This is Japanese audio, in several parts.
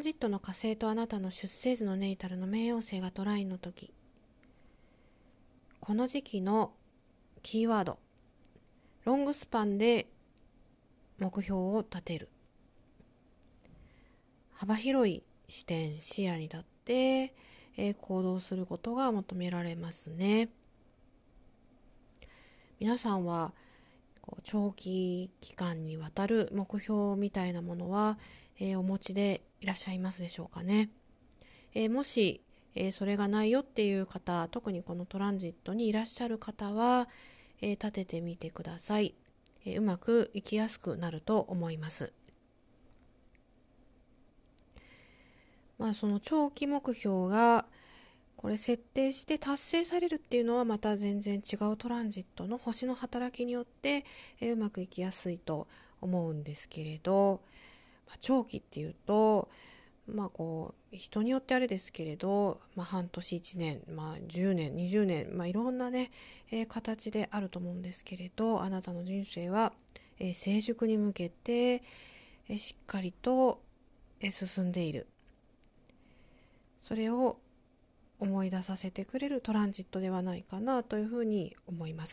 ンジットの火星とあなたの出生図のネイタルの冥王星がトラインの時、この時期のキーワード、ロングスパンで目標を立てる、幅広い視点視野に立って、行動することが求められますね。皆さんは長期期間にわたる目標みたいなものは、お持ちでいらっしゃいますでしょうかね。もし、それがないよっていう方、特にこのトランジットにいらっしゃる方は、立ててみてください。うまくいきやすくなると思います。その長期目標がこれ設定して達成されるっていうのはまた全然違うトランジットの星の働きによって、うまくいきやすいと思うんですけれど、長期っていうと人によってあれですけれど、半年1年、10年20年、いろんなね、形であると思うんですけれど、あなたの人生は、成熟に向けて、しっかりと、進んでいる。それを思い出させてくれるトランジットではないかなというふうに思います。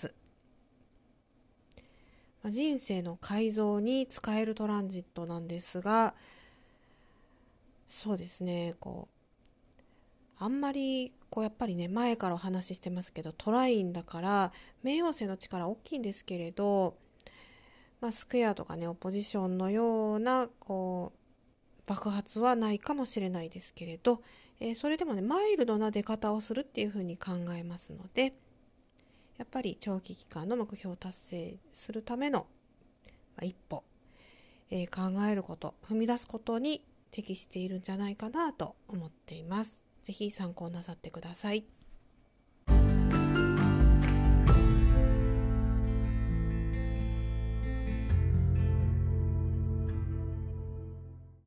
人生の改造に使えるトランジットなんですが、そうですね、あんまりやっぱりね、前からお話ししてますけど、トラインだから冥王星の力大きいんですけれど、スクエアとかね、オポジションのような爆発はないかもしれないですけれど、それでもね、マイルドな出方をするっていうふうに考えますので、やっぱり長期期間の目標を達成するための、一歩、考えること、踏み出すことに適しているんじゃないかなと思っています。ぜひ参考なさってください。